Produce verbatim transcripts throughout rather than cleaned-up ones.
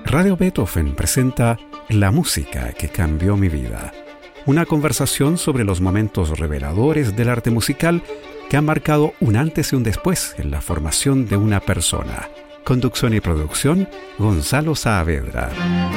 Radio Beethoven presenta La música que cambió mi vida. Una conversación sobre los momentos reveladores del arte musical que han marcado un antes y un después en la formación de una persona. Conducción y producción, Gonzalo Saavedra.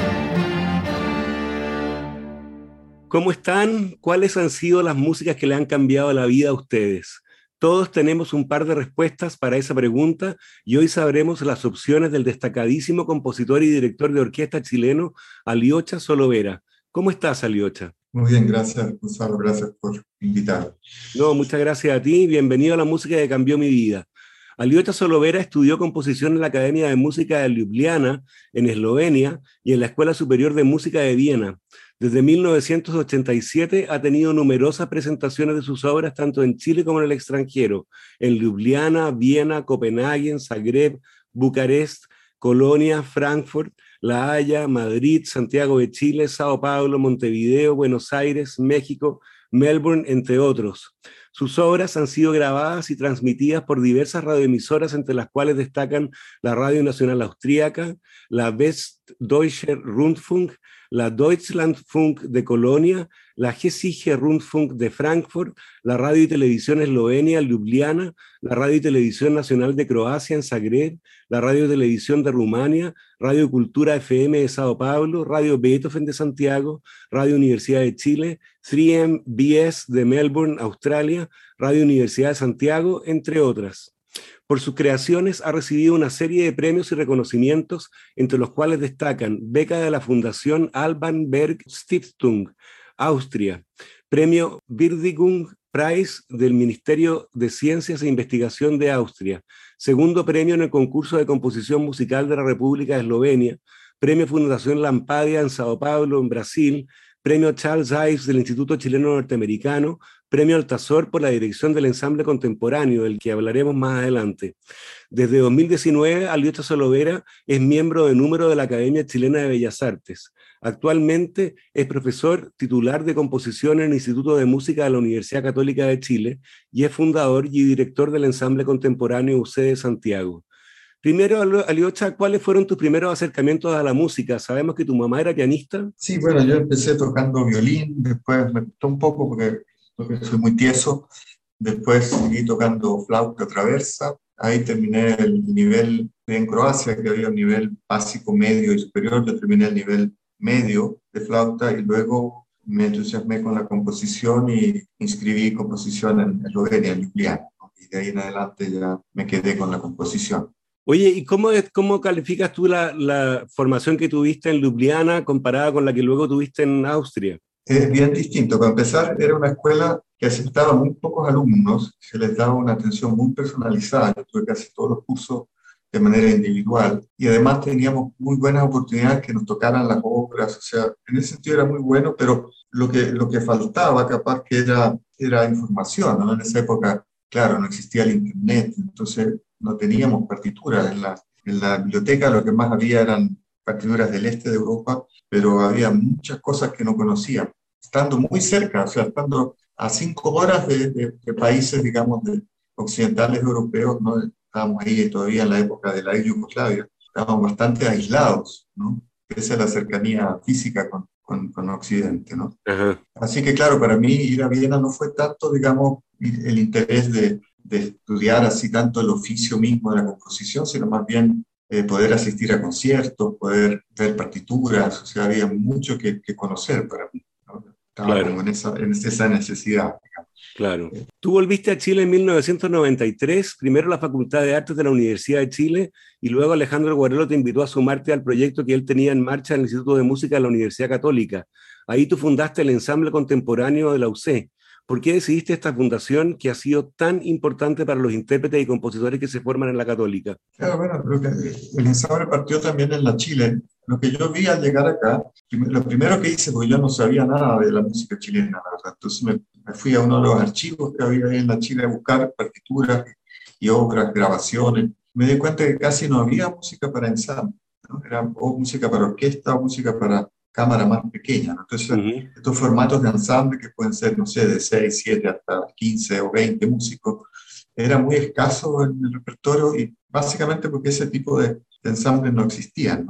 ¿Cómo están? ¿Cuáles han sido las músicas que le han cambiado la vida a ustedes? Todos tenemos un par de respuestas para esa pregunta y hoy sabremos las opciones del destacadísimo compositor y director de orquesta chileno Aliocha Solovera. ¿Cómo estás, Aliocha? Muy bien, gracias, Gonzalo. Gracias por invitarme. No, muchas gracias a ti. Bienvenido a la música que cambió mi vida. Aliocha Solovera estudió composición en la Academia de Música de Ljubljana, en Eslovenia, y en la Escuela Superior de Música de Viena. Desde mil novecientos ochenta y siete ha tenido numerosas presentaciones de sus obras tanto en Chile como en el extranjero, en Ljubljana, Viena, Copenhague, Zagreb, Bucarest, Colonia, Frankfurt, La Haya, Madrid, Santiago de Chile, Sao Paulo, Montevideo, Buenos Aires, México, Melbourne, entre otros. Sus obras han sido grabadas y transmitidas por diversas radioemisoras, entre las cuales destacan la Radio Nacional Austríaca, la Westdeutscher Rundfunk, la Deutschlandfunk de Colonia, la Hessische Rundfunk de Frankfurt, la Radio y Televisión Eslovenia, Ljubljana, la Radio y Televisión Nacional de Croacia en Zagreb, la Radio y Televisión de Rumania, Radio Cultura F M de Sao Paulo, Radio Beethoven de Santiago, Radio Universidad de Chile, tres M B S de Melbourne, Australia, Radio Universidad de Santiago, entre otras. Por sus creaciones ha recibido una serie de premios y reconocimientos, entre los cuales destacan beca de la Fundación Alban Berg Stiftung, Austria, premio Würdigungspreis del Ministerio de Ciencias e Investigación de Austria, segundo premio en el concurso de composición musical de la República de Eslovenia, premio Fundación Lampadia en Sao Paulo, en Brasil, premio Charles Ives del Instituto Chileno Norteamericano, premio Altazor por la dirección del ensamble contemporáneo, del que hablaremos más adelante. Desde dos mil diecinueve, Aliocha Solovera es miembro de número de la Academia Chilena de Bellas Artes. Actualmente es profesor titular de composición en el Instituto de Música de la Universidad Católica de Chile y es fundador y director del ensamble contemporáneo U C de Santiago. Primero, Aliocha, ¿cuáles fueron tus primeros acercamientos a la música? Sabemos que tu mamá era pianista. Sí, bueno, yo empecé tocando violín, después me gustó un poco porque, porque soy muy tieso, después seguí tocando flauta traversa, ahí terminé el nivel en Croacia, que había un nivel básico, medio y superior, yo terminé el nivel medio de flauta y luego me entusiasmé con la composición y inscribí composición en Eslovenia, en Ljubljana, y de ahí en adelante ya me quedé con la composición. Oye, ¿y cómo, es, cómo calificas tú la, la formación que tuviste en Ljubljana comparada con la que luego tuviste en Austria? Es bien distinto. Para empezar, era una escuela que aceptaba muy pocos alumnos, se les daba una atención muy personalizada. Yo tuve casi todos los cursos de manera individual y además teníamos muy buenas oportunidades que nos tocaran las obras. O sea, en ese sentido era muy bueno, pero lo que, lo que faltaba capaz que era, era información, ¿no? En esa época, claro, no existía el internet, entonces no teníamos partituras. En la, en la biblioteca lo que más había eran partituras del este de Europa, pero había muchas cosas que no conocíamos. Estando muy cerca, o sea, estando a cinco horas de, de, de países, digamos, de occidentales europeos, ¿no? Estábamos ahí todavía en la época de la Yugoslavia, estábamos bastante aislados, ¿no? Pese a la cercanía física con, con, con Occidente, ¿no? Uh-huh. Así que, claro, para mí ir a Viena no fue tanto, digamos, el interés de de estudiar así tanto el oficio mismo de la composición, sino más bien eh, poder asistir a conciertos, poder ver partituras, o sea, había mucho que, que conocer para mí, ¿no? Estaba claro. como en esa, en esa necesidad, digamos. Claro. Tú volviste a Chile en mil novecientos noventa y tres, primero a la Facultad de Artes de la Universidad de Chile, y luego Alejandro Guarello te invitó a sumarte al proyecto que él tenía en marcha en el Instituto de Música de la Universidad Católica. Ahí tú fundaste el ensamble contemporáneo de la U C. ¿Por qué decidiste esta fundación que ha sido tan importante para los intérpretes y compositores que se forman en la Católica? Claro, bueno, creo que el ensamble partió también en la Chile. Lo que yo vi al llegar acá, lo primero que hice, porque yo no sabía nada de la música chilena, la verdad. Entonces me, me fui a uno de los archivos que había ahí en la Chile a buscar partituras y obras, grabaciones. Me di cuenta que casi no había música para ensamble, ¿no? Era o música para orquesta o música para cámara más pequeña, ¿no? Entonces, uh-huh. estos formatos de ensamble que pueden ser, no sé, de seis, siete hasta quince o veinte músicos, era muy escaso en el repertorio y básicamente porque ese tipo de, de ensambles no existían, ¿no?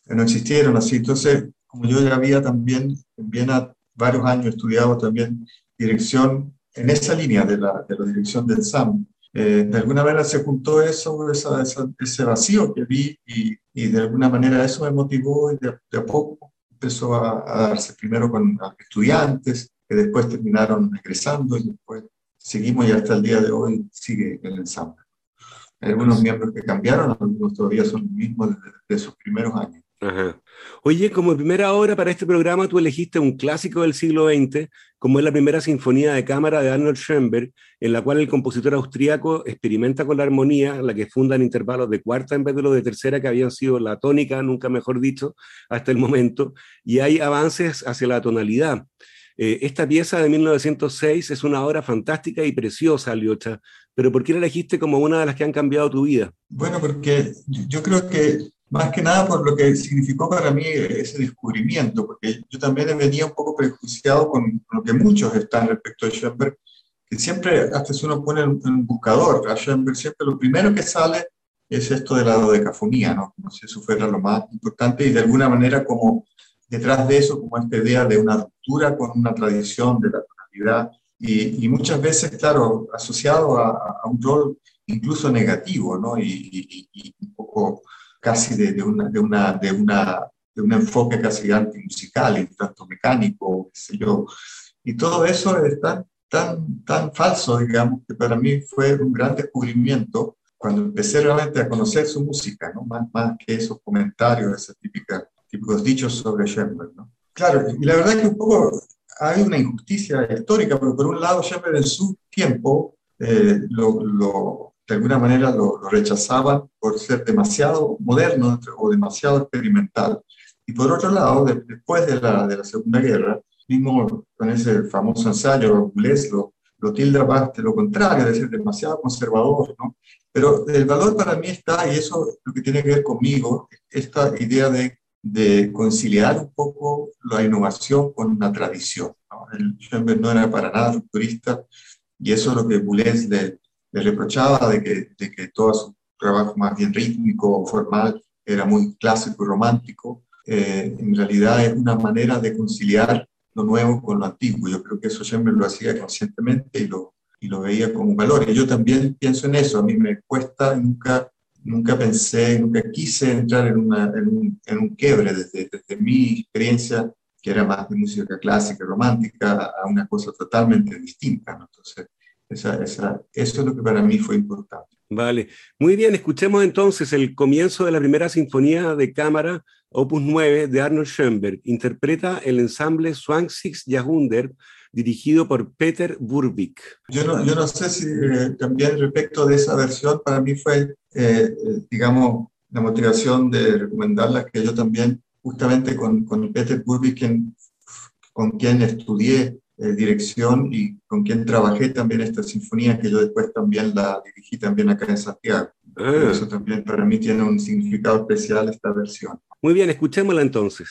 no existieron así. Entonces, como yo ya había también en Viena varios años estudiado también dirección en esa línea de la, de la dirección del S A M, eh, de alguna manera se juntó eso, esa, esa, ese vacío que vi y, y de alguna manera eso me motivó y de, de a poco empezó a, a darse primero con estudiantes que después terminaron egresando y después seguimos y hasta el día de hoy sigue el ensamble. Hay algunos miembros que cambiaron, algunos todavía son los mismos desde, desde sus primeros años. Ajá. Oye, como primera obra para este programa tú elegiste un clásico del siglo veinte, como es la primera sinfonía de cámara de Arnold Schoenberg, en la cual el compositor austríaco experimenta con la armonía, la que funda en intervalos de cuarta en vez de los de tercera, que habían sido la tónica, nunca mejor dicho, hasta el momento, y hay avances hacia la tonalidad. Eh, esta pieza de mil novecientos seis es una obra fantástica y preciosa, Alyosha, pero ¿por qué la elegiste como una de las que han cambiado tu vida? Bueno, porque yo creo que más que nada por lo que significó para mí ese descubrimiento, porque yo también venía un poco prejuiciado con, con lo que muchos están respecto a Schoenberg, que siempre, hasta si uno pone en un buscador a Schoenberg, siempre lo primero que sale es esto de la dodecafonía, ¿no? Como si eso fuera lo más importante y de alguna manera como detrás de eso, como esta idea de una ruptura con una tradición de la tonalidad y, y muchas veces, claro, asociado a, a un rol incluso negativo, ¿no? Y, y, y un poco casi de, de, una, de, una, de, una, de un enfoque casi antimusical, y tanto mecánico, qué sé yo. Y todo eso es tan, tan, tan falso, digamos, que para mí fue un gran descubrimiento cuando empecé realmente a conocer su música, ¿no? Más, más que esos comentarios, esas típicas, típicos dichos sobre Schoenberg, ¿no? Claro, y la verdad es que un poco hay una injusticia histórica, porque por un lado Schoenberg en su tiempo eh, lo, lo de alguna manera lo, lo rechazaban por ser demasiado moderno o demasiado experimental. Y por otro lado, de, después de la, de la Segunda Guerra, mismo con ese famoso ensayo, Boulez lo, lo tilda más de lo contrario, de ser demasiado conservador, ¿no? Pero el valor para mí está, y eso es lo que tiene que ver conmigo, esta idea de, de conciliar un poco la innovación con una tradición, ¿no? El Schoenberg no era para nada rupturista, y eso es lo que Boulez le le reprochaba de que, de que todo su trabajo más bien rítmico, formal, era muy clásico y romántico. Eh, en realidad es una manera de conciliar lo nuevo con lo antiguo. Yo creo que eso siempre lo hacía conscientemente y lo, y lo veía como un valor. Y yo también pienso en eso. A mí me cuesta, nunca, nunca pensé, nunca quise entrar en, una, en, un, en un quiebre desde, desde mi experiencia, que era más de música clásica, romántica, a una cosa totalmente distinta, ¿no? Entonces, Esa, esa, eso es lo que para mí fue importante. Vale, muy bien, escuchemos entonces el comienzo de la primera sinfonía de cámara, opus nueve, de Arnold Schoenberg. Interpreta el ensamble zwanzig Jahrhundert, dirigido por Peter Burbick. Yo no, yo no sé si eh, también respecto de esa versión, para mí fue, eh, digamos, la motivación de recomendarla, que yo también, justamente con, con Peter Burbick, quien, con quien estudié Eh, dirección y con quien trabajé también esta sinfonía, que yo después también la dirigí también acá en Santiago. Ah. Eso también para mí tiene un significado especial esta versión. Muy bien, escuchémosla entonces.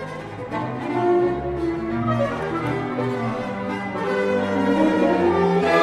Thank you.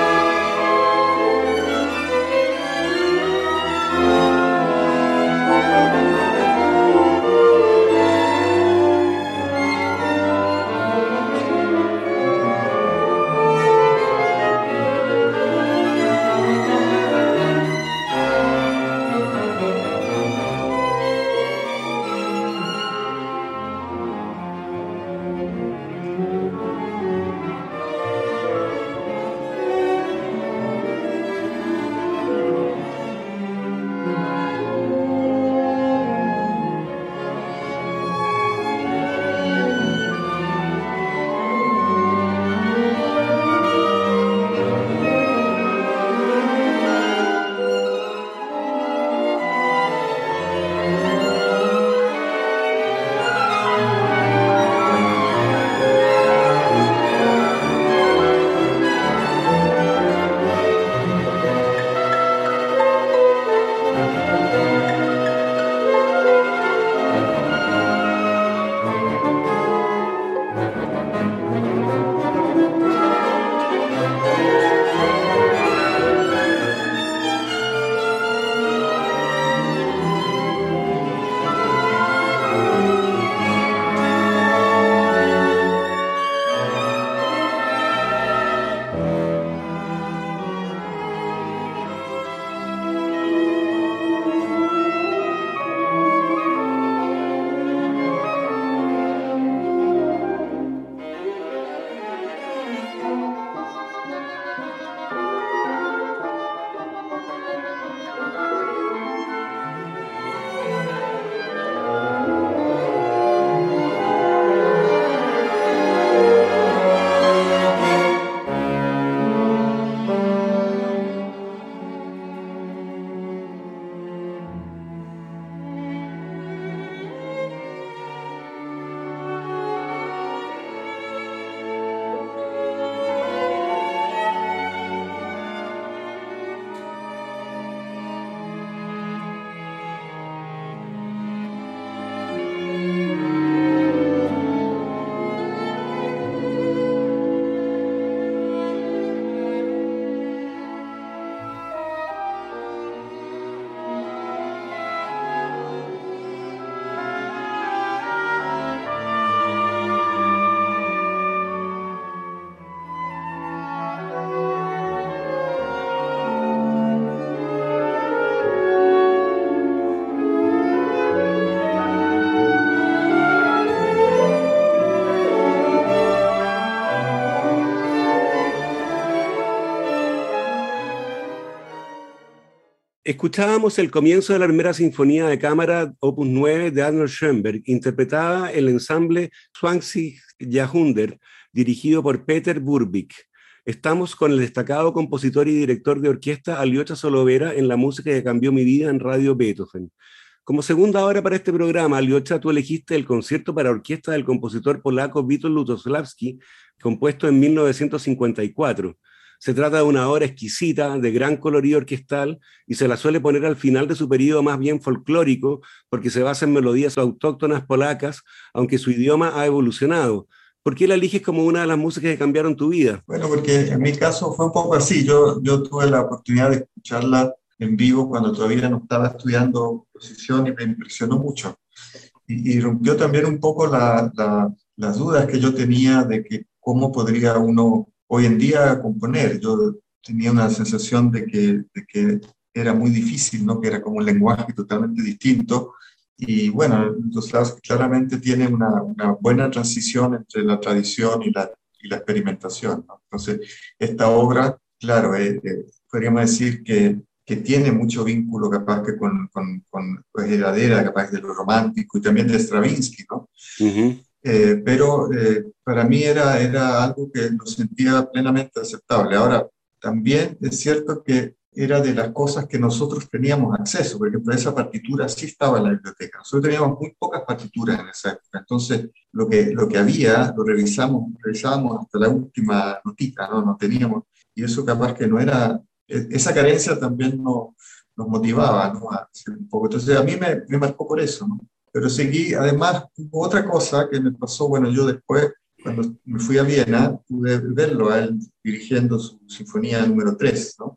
Escuchábamos el comienzo de la primera sinfonía de cámara Opus nueve de Arnold Schoenberg, interpretada el ensamble Zwanzig Jahrhundert, dirigido por Peter Burbik. Estamos con el destacado compositor y director de orquesta Alyosha Solovera en la música que cambió mi vida en Radio Beethoven. Como segunda hora para este programa, Alyosha, tú elegiste el concierto para orquesta del compositor polaco Witold Lutosławski, compuesto en mil novecientos cincuenta y cuatro. Se trata de una obra exquisita, de gran colorido orquestal, y se la suele poner al final de su periodo más bien folclórico, porque se basa en melodías autóctonas polacas, aunque su idioma ha evolucionado. ¿Por qué la eliges como una de las músicas que cambiaron tu vida? Bueno, porque en mi caso fue un poco así. Yo, yo tuve la oportunidad de escucharla en vivo cuando todavía no estaba estudiando composición y me impresionó mucho. Y, y rompió también un poco la, la, las dudas que yo tenía de que cómo podría uno hoy en día componer. Yo tenía una sensación de que, de que era muy difícil, ¿no? Que era como un lenguaje totalmente distinto. Y bueno, entonces claramente tiene una, una buena transición entre la tradición y la, y la experimentación, ¿no? Entonces, esta obra, claro, eh, eh, podríamos decir que, que tiene mucho vínculo capaz que con, con, con pues, heredera, capaz de lo romántico y también de Stravinsky, ¿no? Uh-huh. Eh, pero eh, para mí era, era algo que lo sentía plenamente aceptable. Ahora, también es cierto que era de las cosas que nosotros teníamos acceso. Por ejemplo, esa partitura sí estaba en la biblioteca. Nosotros teníamos muy pocas partituras en esa época. Entonces, lo que, lo que había, lo revisamos, revisábamos hasta la última notita, ¿no? No teníamos, y eso capaz que no era, esa carencia también nos, nos motivaba, ¿no? A hacer un poco. Entonces, a mí me, me marcó por eso, ¿no? Pero seguí, además, hubo otra cosa que me pasó, bueno, yo después, cuando me fui a Viena, pude verlo a él dirigiendo su sinfonía número tres, ¿no?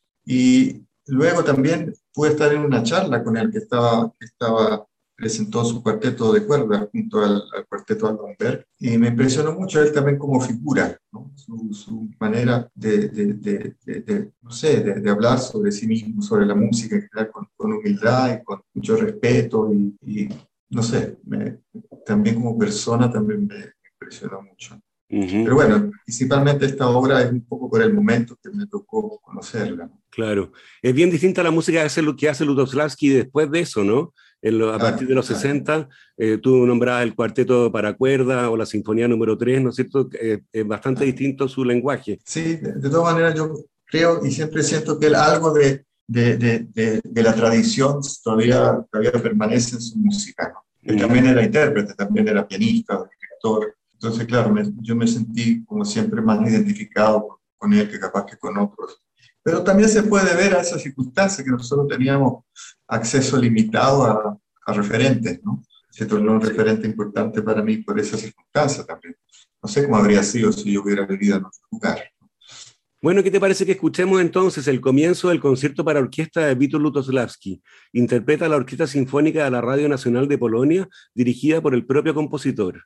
Y luego también pude estar en una charla con él que estaba, que estaba presentó su cuarteto de cuerdas junto al, al cuarteto Alban Berg, y me impresionó mucho él también como figura, ¿no? Su, su manera de, de, de, de, de no sé, de, de hablar sobre sí mismo, sobre la música en general, con, con humildad y con mucho respeto, y, y no sé, me, también como persona también me, me impresionó mucho. Uh-huh. Pero bueno, principalmente esta obra es un poco por el momento que me tocó conocerla, ¿no? Claro, es bien distinta a la música que hace, que hace Lutosławski después de eso, ¿no? En lo, a partir de los claro. sesenta, eh, tú nombrabas el cuarteto para cuerda o la sinfonía número tres, ¿no es cierto? Eh, es bastante claro. distinto su lenguaje. Sí, de, de todas maneras yo creo y siempre siento que él, algo de, de, de, de, de la tradición todavía, todavía permanece en su música, ¿no? Él mm. también era intérprete, también era pianista, director. Entonces, claro, me, yo me sentí como siempre más identificado con, con él que capaz que con otros. Pero también se puede ver a esa circunstancia que nosotros teníamos acceso limitado a, a referentes, ¿no? Se tornó un referente importante para mí por esa circunstancia también. No sé cómo habría sido si yo hubiera vivido en otro lugar. Bueno, ¿qué te parece que escuchemos entonces el comienzo del concierto para orquesta de Witold Lutosławski? Interpreta la Orquesta Sinfónica de la Radio Nacional de Polonia, dirigida por el propio compositor.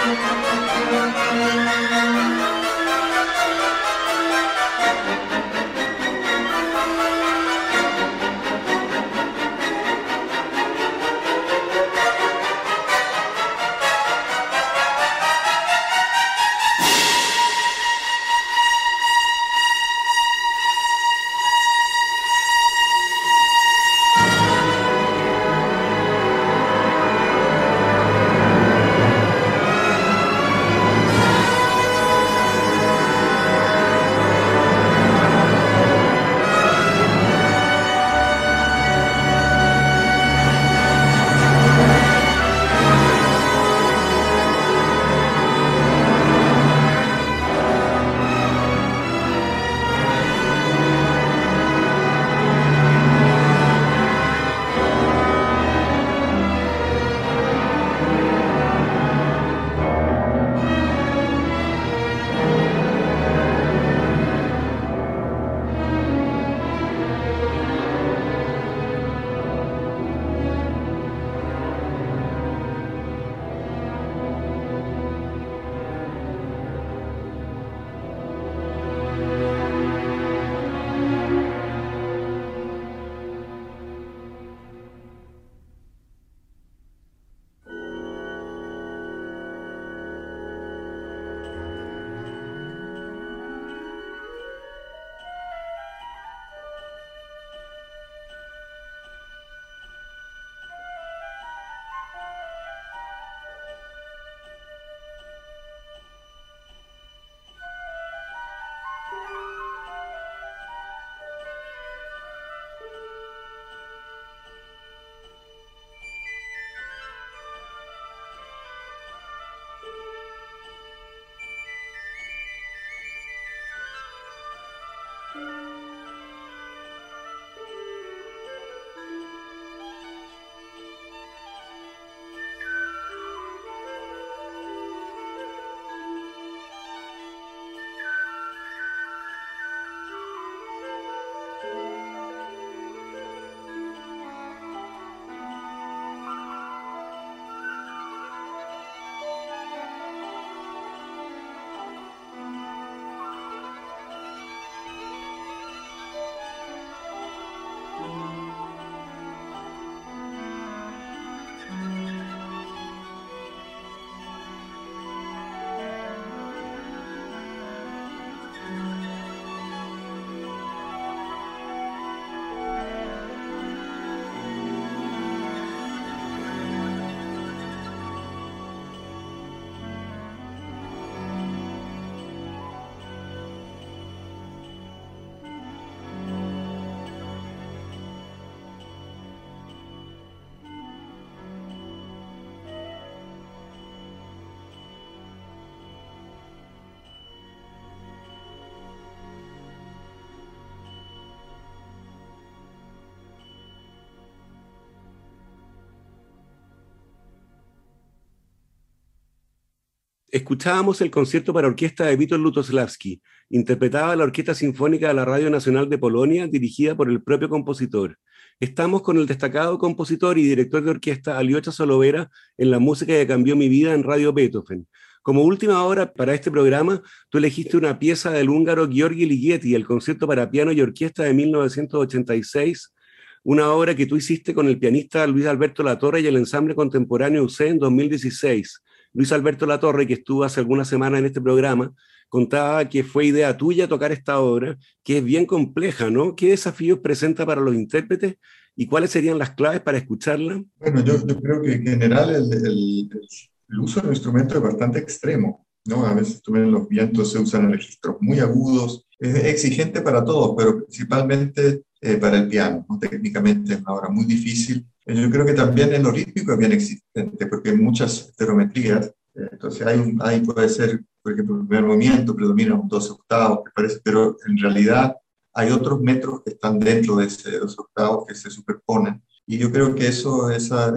Escuchábamos el concierto para orquesta de Witold Lutosławski, interpretada la Orquesta Sinfónica de la Radio Nacional de Polonia, dirigida por el propio compositor. Estamos con el destacado compositor y director de orquesta Alyosha Solovera en la música que cambió mi vida en Radio Beethoven. Como última hora para este programa, tú elegiste una pieza del húngaro György Ligeti, el concierto para piano y orquesta de mil novecientos ochenta y seis, una obra que tú hiciste con el pianista Luis Alberto Latorre y el ensamble contemporáneo U C E en dos mil dieciséis. Luis Alberto Latorre, que estuvo hace algunas semanas en este programa, contaba que fue idea tuya tocar esta obra, que es bien compleja, ¿no? ¿Qué desafíos presenta para los intérpretes y cuáles serían las claves para escucharla? Bueno, yo, yo creo que en general el, el, el uso del instrumento es bastante extremo, ¿no? A veces también los vientos se usan en registros muy agudos. Es exigente para todos, pero principalmente eh, para el piano, ¿no? Técnicamente es una obra muy difícil. Yo creo que también en lo rítmico es bien existente, porque hay muchas estereometrías. Entonces, hay, un, hay puede ser, por ejemplo, el primer movimiento predomina un doce octavos, me parece, pero en realidad hay otros metros que están dentro de ese doce octavos que se superponen. Y yo creo que eso, esa,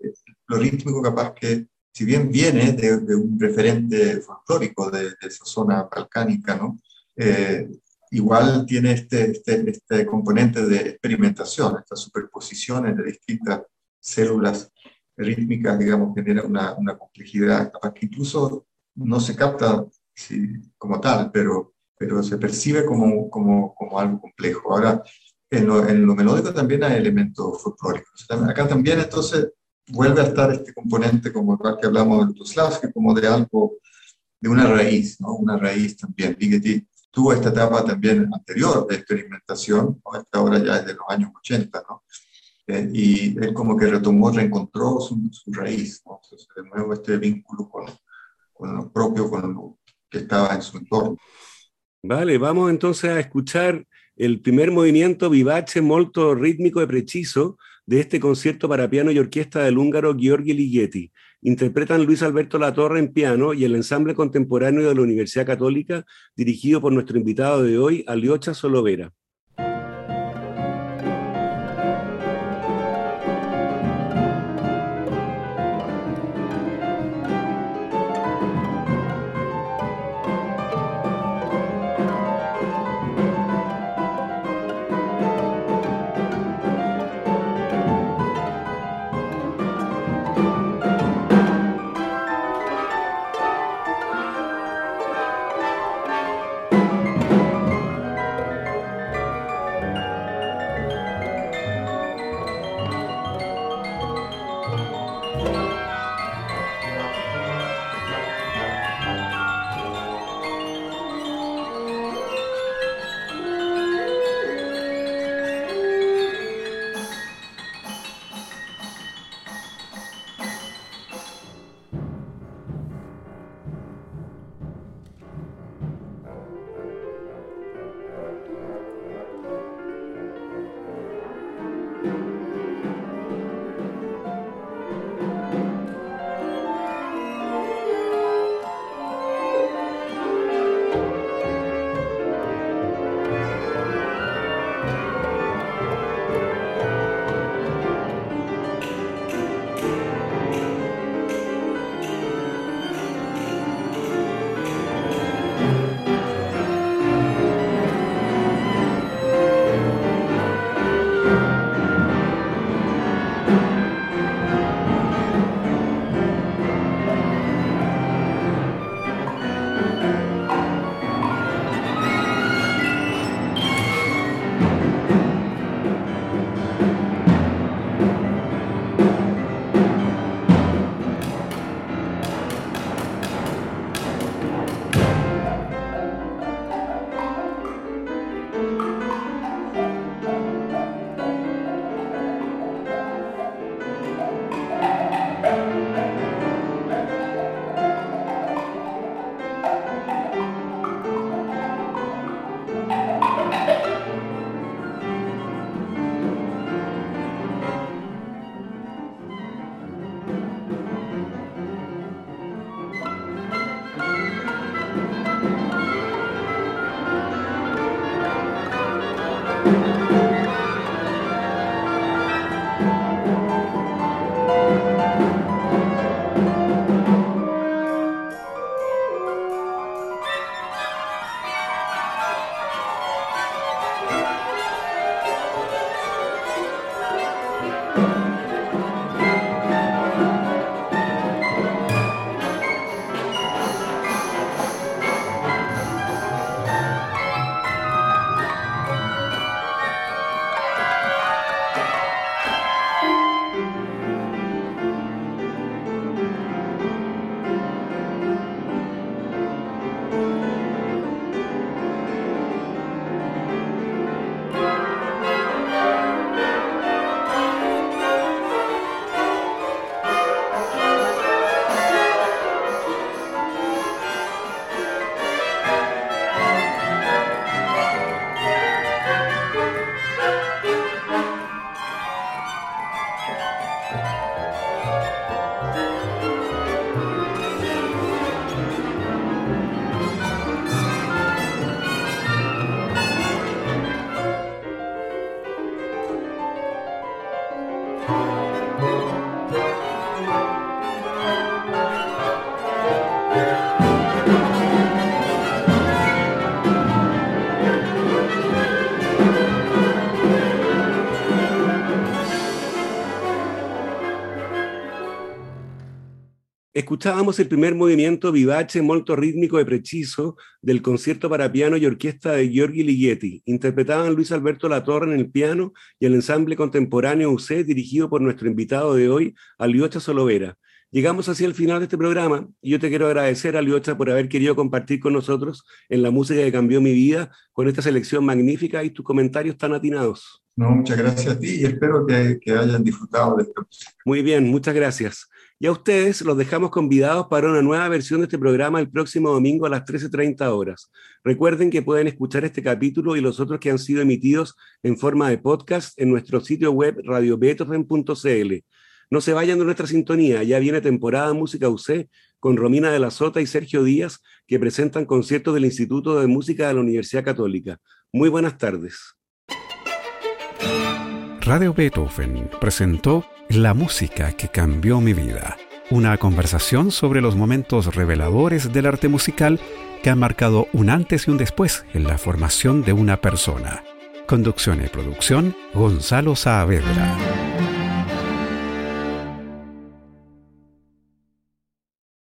lo rítmico capaz que, si bien viene de, de un referente folclórico de, de esa zona balcánica, ¿no? Eh, igual tiene este, este, este componente de experimentación, estas superposiciones de distintas células rítmicas, digamos, genera una, una complejidad, capaz que incluso no se capta sí, como tal, pero, pero se percibe como, como, como algo complejo. Ahora, en lo, en lo melódico también hay elementos folclóricos. Acá también entonces vuelve a estar este componente, como igual que hablamos de Lutosławski, como de algo, de una raíz, ¿no? Una raíz también. Ligeti tuvo esta etapa también anterior de experimentación, ¿no? Esta obra ya es de los años ochenta, ¿no? Eh, y él como que retomó, reencontró su, su raíz, ¿no? Entonces, de nuevo este vínculo con, con lo propio, con lo que estaba en su entorno. Vale, vamos entonces a escuchar el primer movimiento vivace molto rítmico e preciso de este concierto para piano y orquesta del húngaro György Ligeti. Interpretan Luis Alberto Latorre en piano y el ensamble contemporáneo de la Universidad Católica, dirigido por nuestro invitado de hoy, Alyosha Solovera. Escuchábamos el primer movimiento vivace molto rítmico e preciso del concierto para piano y orquesta de Gheorghi Ligeti. Interpretaban Luis Alberto Latorre en el piano y el ensamble contemporáneo U C, dirigido por nuestro invitado de hoy, Aliocha Solovera. Llegamos así al final de este programa y yo te quiero agradecer, Aliocha, por haber querido compartir con nosotros en la música que cambió mi vida con esta selección magnífica y tus comentarios tan atinados. No, muchas gracias a ti y espero que, que hayan disfrutado de esta música. Muy bien, muchas gracias. Y a ustedes los dejamos convidados para una nueva versión de este programa el próximo domingo a las trece treinta horas. Recuerden que pueden escuchar este capítulo y los otros que han sido emitidos en forma de podcast en nuestro sitio web radio beethoven punto c l. No se vayan de nuestra sintonía, ya viene temporada Música U C con Romina de la Sota y Sergio Díaz, que presentan conciertos del Instituto de Música de la Universidad Católica. Muy buenas tardes. Radio Beethoven presentó La música que cambió mi vida, una conversación sobre los momentos reveladores del arte musical que han marcado un antes y un después en la formación de una persona. Conducción y producción, Gonzalo Saavedra.